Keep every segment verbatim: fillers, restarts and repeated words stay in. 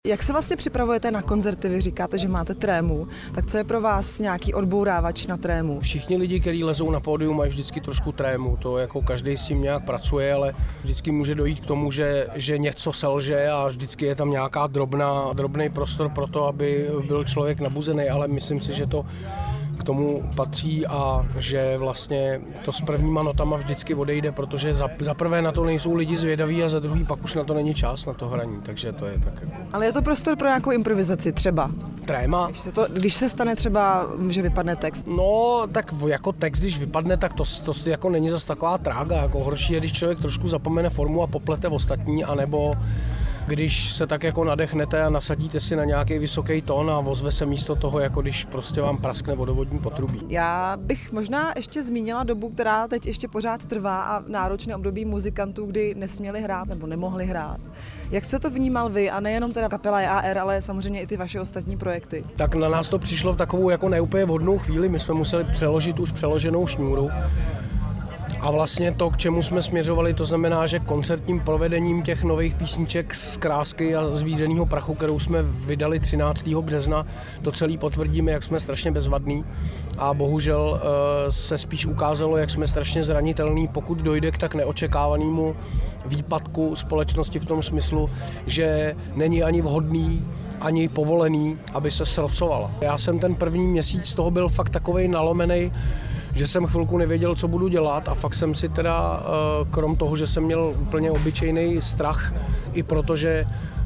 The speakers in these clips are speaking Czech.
Jak se vlastně připravujete na koncerty? Vy říkáte, že máte trému, tak co je pro vás nějaký odbourávač na trému? Všichni lidi, kteří lezou na pódium, mají vždycky trošku trému, to jako každý s tím nějak pracuje, ale vždycky může dojít k tomu, že, že něco selže a vždycky je tam nějaká drobná, drobný prostor pro to, aby byl člověk nabuzený, ale myslím si, že to k tomu patří a že vlastně to s prvníma notama vždycky odejde, protože za, za prvé na to nejsou lidi zvědaví a za druhý pak už na to není čas na to hraní, takže to je tak jako... Ale je to prostor pro nějakou improvizaci třeba? Tréma? Když se, to, když se stane třeba, že vypadne text? No, tak jako text, když vypadne, tak to, to jako není zas taková trága, jako horší je, když člověk trošku zapomene formu a poplete ostatní, anebo když se tak jako nadechnete a nasadíte si na nějaký vysoký tón a ozve se místo toho, jako když prostě vám praskne vodovodní potrubí. Já bych možná ještě zmínila dobu, která teď ještě pořád trvá a náročné období muzikantů, kdy nesměli hrát nebo nemohli hrát. Jak jste to vnímal vy a nejenom teda kapela J A R, ale samozřejmě i ty vaše ostatní projekty? Tak na nás to přišlo v takovou jako neúplně vhodnou chvíli, my jsme museli přeložit už přeloženou šňůru. A vlastně to, k čemu jsme směřovali, to znamená, že koncertním provedením těch nových písniček z Krásky a Zvířenýho prachu, kterou jsme vydali třináctého března, to celý potvrdíme, jak jsme strašně bezvadný. A bohužel se spíš ukázalo, jak jsme strašně zranitelný, pokud dojde k tak neočekávanému výpadku společnosti v tom smyslu, že není ani vhodný, ani povolený, aby se srocovala. Já jsem ten první měsíc z toho byl fakt takovej nalomenej, že jsem chvilku nevěděl, co budu dělat a fakt jsem si teda, krom toho, že jsem měl úplně obyčejný strach, i protože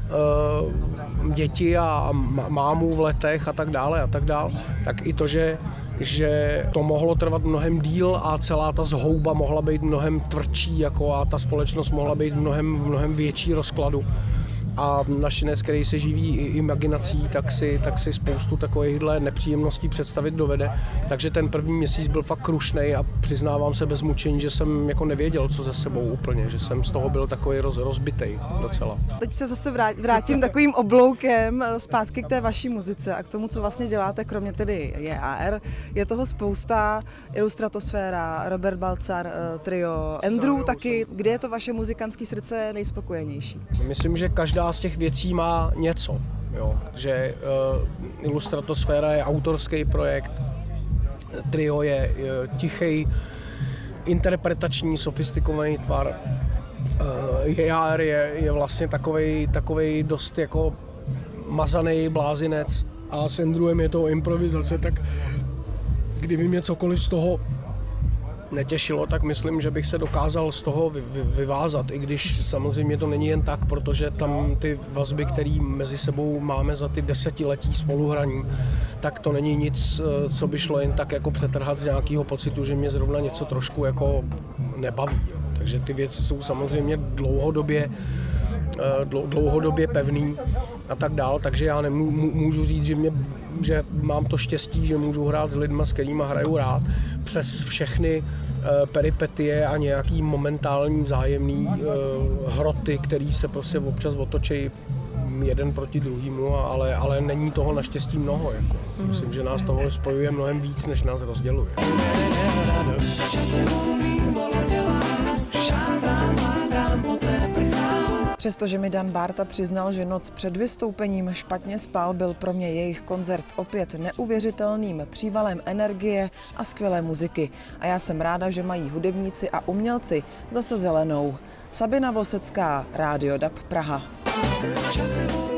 děti a mámu v letech a tak dále a tak dále, tak i to, že, že to mohlo trvat mnohem díl a celá ta zhouba mohla být mnohem tvrdší jako a ta společnost mohla být v mnohem, v mnohem větší rozkladu. A našinec, který se živí i imaginací, tak si, tak si spoustu takovýchhle nepříjemností představit dovede. Takže ten první měsíc byl fakt krušnej a přiznávám se bez mučení, že jsem jako nevěděl, co za sebou úplně, že jsem z toho byl takový roz, rozbitej docela. Teď se zase vrátím takovým obloukem zpátky k té vaší muzice a k tomu, co vlastně děláte, kromě tedy J A R. Je toho spousta, Illustratosféra, Robert Balcar, trio, Andrew taky. Kde je to vaše muzikantské srdce nejspokojenější? Myslím, že každá z těch věcí má něco, jo. Že uh, Illustratosféra je autorský projekt, trio je uh, tichý, interpretační, sofistikovaný tvar, uh, J A R je, je vlastně takovej, takovej dost jako mazaný blázinec a s Andrewem je to improvizace, tak kdyby mě cokoliv z toho netěšilo, tak myslím, že bych se dokázal z toho vy, vy, vyvázat, i když samozřejmě to není jen tak, protože tam ty vazby, které mezi sebou máme za ty desetiletí spoluhraní, tak to není nic, co by šlo jen tak jako přetrhat z nějakého pocitu, že mě zrovna něco trošku jako nebaví. Jo. Takže ty věci jsou samozřejmě dlouhodobě, dlouhodobě pevný a tak dál, takže já nemůžu říct, že, mě, že mám to štěstí, že můžu hrát s lidma, s kterýma hraju rád, přes všechny uh, peripetie a nějaký momentální vzájemný uh, hroty, který se prostě občas otočí jeden proti druhému, ale, ale není toho naštěstí mnoho. Jako. Mm. Myslím, že nás toho spojuje mnohem víc, než nás rozděluje. Přestože mi Dan Bárta přiznal, že noc před vystoupením špatně spal, byl pro mě jejich koncert opět neuvěřitelným přívalem energie a skvělé muziky. A já jsem ráda, že mají hudebníci a umělci zase zelenou. Sabina Vosecká, Rádio D A B Praha.